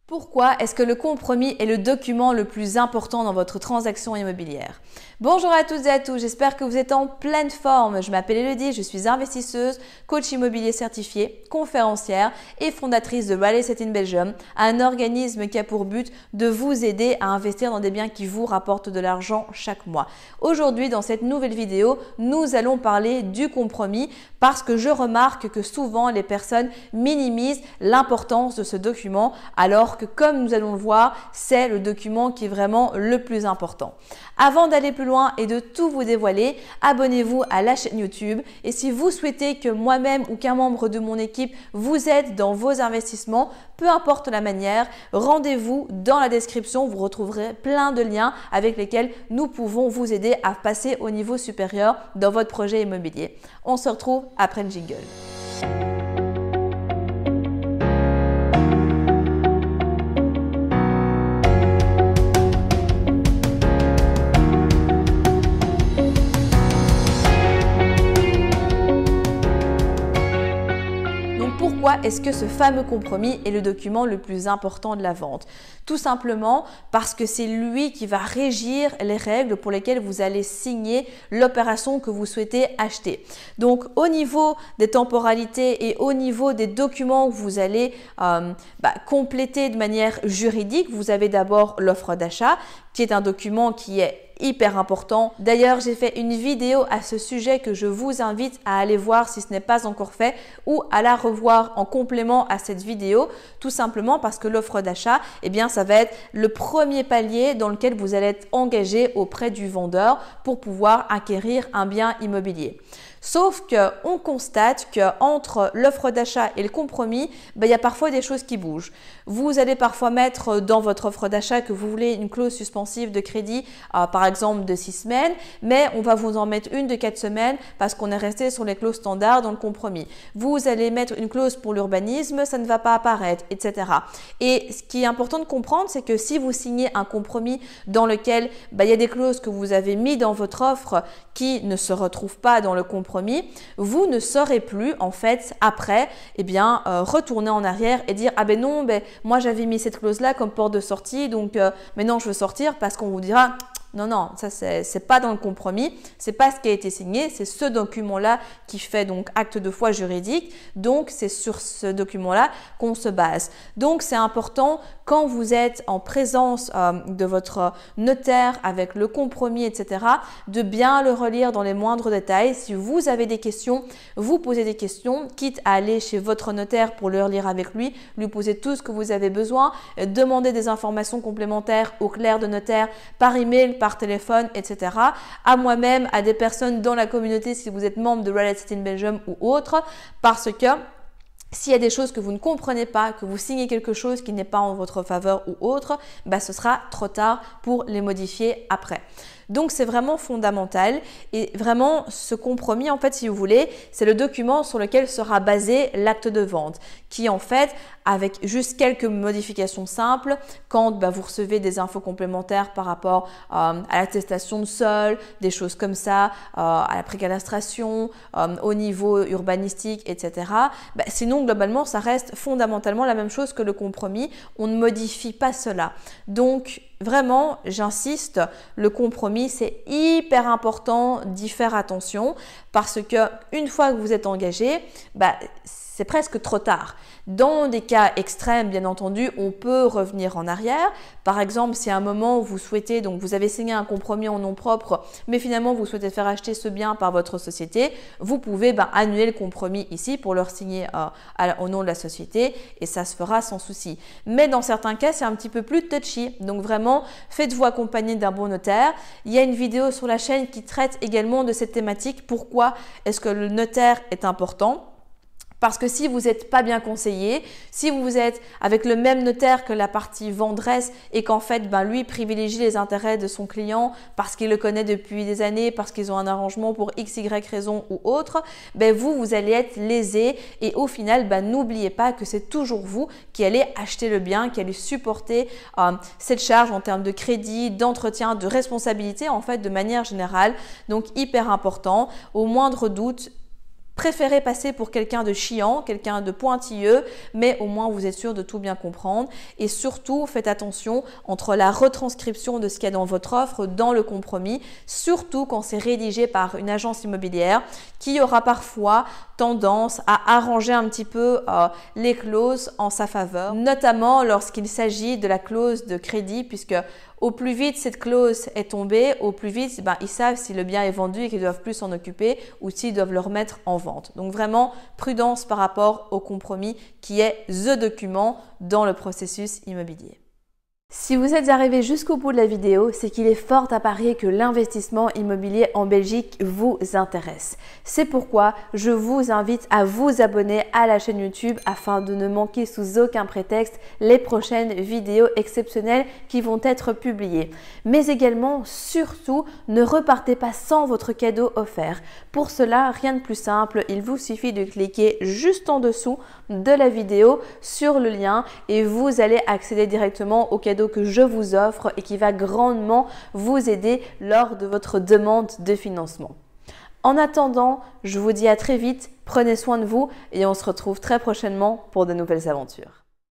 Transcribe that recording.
Pourquoi est-ce que le compromis est le document le plus important dans votre transaction immobilière? Bonjour à toutes et à tous, j'espère que vous êtes en pleine forme. Je m'appelle Elodie, je suis investisseuse, coach immobilier certifié, conférencière et fondatrice de Real Estate in Belgium, un organisme qui a pour but de vous aider à investir dans des biens qui vous rapportent de l'argent chaque mois. Aujourd'hui, dans cette nouvelle vidéo, nous allons parler du compromis parce que je remarque que souvent les personnes minimisent l'importance de ce document alors que, comme nous allons le voir, c'est le document qui est vraiment le plus important. Avant d'aller plus loin et de tout vous dévoiler, abonnez-vous à la chaîne YouTube et si vous souhaitez que moi-même ou qu'un membre de mon équipe vous aide dans vos investissements, peu importe la manière, rendez-vous dans la description, vous retrouverez plein de liens avec lesquels nous pouvons vous aider à passer au niveau supérieur dans votre projet immobilier. On se retrouve après le jingle. Pourquoi est-ce que ce fameux compromis est le document le plus important de la vente? Tout simplement parce que c'est lui qui va régir les règles pour lesquelles vous allez signer l'opération que vous souhaitez acheter. Donc au niveau des temporalités et au niveau des documents que vous allez compléter de manière juridique, vous avez d'abord l'offre d'achat qui est un document qui est hyper important. D'ailleurs, j'ai fait une vidéo à ce sujet que je vous invite à aller voir si ce n'est pas encore fait ou à la revoir en complément à cette vidéo, tout simplement parce que l'offre d'achat, ça va être le premier palier dans lequel vous allez être engagé auprès du vendeur pour pouvoir acquérir un bien immobilier. Sauf qu'on constate qu'entre l'offre d'achat et le compromis, il y a parfois des choses qui bougent. Vous allez parfois mettre dans votre offre d'achat que vous voulez une clause suspensive de crédit, par exemple de 6 semaines, mais on va vous en mettre une de 4 semaines parce qu'on est resté sur les clauses standards dans le compromis. Vous allez mettre une clause pour l'urbanisme, ça ne va pas apparaître, etc. Et ce qui est important de comprendre, c'est que si vous signez un compromis dans lequel il y a des clauses que vous avez mis dans votre offre qui ne se retrouvent pas dans le compromis, vous ne saurez plus en fait après retourner en arrière et dire moi j'avais mis cette clause là comme porte de sortie donc maintenant je veux sortir parce qu'on vous dira non, ça c'est pas dans le compromis, c'est pas ce qui a été signé, c'est ce document-là qui fait donc acte de foi juridique, donc c'est sur ce document-là qu'on se base. Donc c'est important quand vous êtes en présence de votre notaire avec le compromis, etc., de bien le relire dans les moindres détails. Si vous avez des questions, vous posez des questions, quitte à aller chez votre notaire pour le relire avec lui, lui poser tout ce que vous avez besoin, demander des informations complémentaires au clerc de notaire par email, par téléphone, etc. À moi-même, à des personnes dans la communauté si vous êtes membre de Real Estate in Belgium ou autre, parce que s'il y a des choses que vous ne comprenez pas, que vous signez quelque chose qui n'est pas en votre faveur ou autre, ce sera trop tard pour les modifier après. Donc, c'est vraiment fondamental et vraiment ce compromis, en fait, si vous voulez, c'est le document sur lequel sera basé l'acte de vente qui, en fait, avec juste quelques modifications simples, quand vous recevez des infos complémentaires par rapport à l'attestation de sol, des choses comme ça, à la précadastration, au niveau urbanistique, etc. Sinon, globalement, ça reste fondamentalement la même chose que le compromis. On ne modifie pas cela. Donc, vraiment, j'insiste, le compromis, c'est hyper important d'y faire attention parce que une fois que vous êtes engagé, c'est presque trop tard. Dans des cas extrêmes, bien entendu, on peut revenir en arrière. Par exemple, si à un moment vous souhaitez, donc vous avez signé un compromis en nom propre, mais finalement vous souhaitez faire acheter ce bien par votre société, vous pouvez annuler le compromis ici pour le signer au nom de la société et ça se fera sans souci. Mais dans certains cas, c'est un petit peu plus touchy. Donc vraiment, faites-vous accompagner d'un bon notaire. Il y a une vidéo sur la chaîne qui traite également de cette thématique. Pourquoi est-ce que le notaire est important ? Parce que si vous n'êtes pas bien conseillé, si vous êtes avec le même notaire que la partie vendresse et qu'en fait, lui privilégie les intérêts de son client parce qu'il le connaît depuis des années, parce qu'ils ont un arrangement pour x, y raison ou autre, vous allez être lésé et au final, n'oubliez pas que c'est toujours vous qui allez acheter le bien, qui allez supporter cette charge en termes de crédit, d'entretien, de responsabilité en fait de manière générale. Donc, hyper important. Au moindre doute, Préférez passer pour quelqu'un de chiant, quelqu'un de pointilleux, mais au moins vous êtes sûr de tout bien comprendre. Et surtout, faites attention entre la retranscription de ce qu'il y a dans votre offre, dans le compromis, surtout quand c'est rédigé par une agence immobilière qui aura parfois tendance à arranger un petit peu les clauses en sa faveur, notamment lorsqu'il s'agit de la clause de crédit, puisque au plus vite cette clause est tombée, au plus vite ils savent si le bien est vendu et qu'ils doivent plus s'en occuper ou s'ils doivent le remettre en vente. Donc vraiment, prudence par rapport au compromis qui est the document dans le processus immobilier. Si vous êtes arrivé jusqu'au bout de la vidéo, c'est qu'il est fort à parier que l'investissement immobilier en Belgique vous intéresse. C'est pourquoi je vous invite à vous abonner à la chaîne YouTube afin de ne manquer sous aucun prétexte les prochaines vidéos exceptionnelles qui vont être publiées. Mais également, surtout, ne repartez pas sans votre cadeau offert. Pour cela, rien de plus simple, il vous suffit de cliquer juste en dessous de la vidéo sur le lien et vous allez accéder directement au cadeau que je vous offre et qui va grandement vous aider lors de votre demande de financement. En attendant, je vous dis à très vite, prenez soin de vous et on se retrouve très prochainement pour de nouvelles aventures.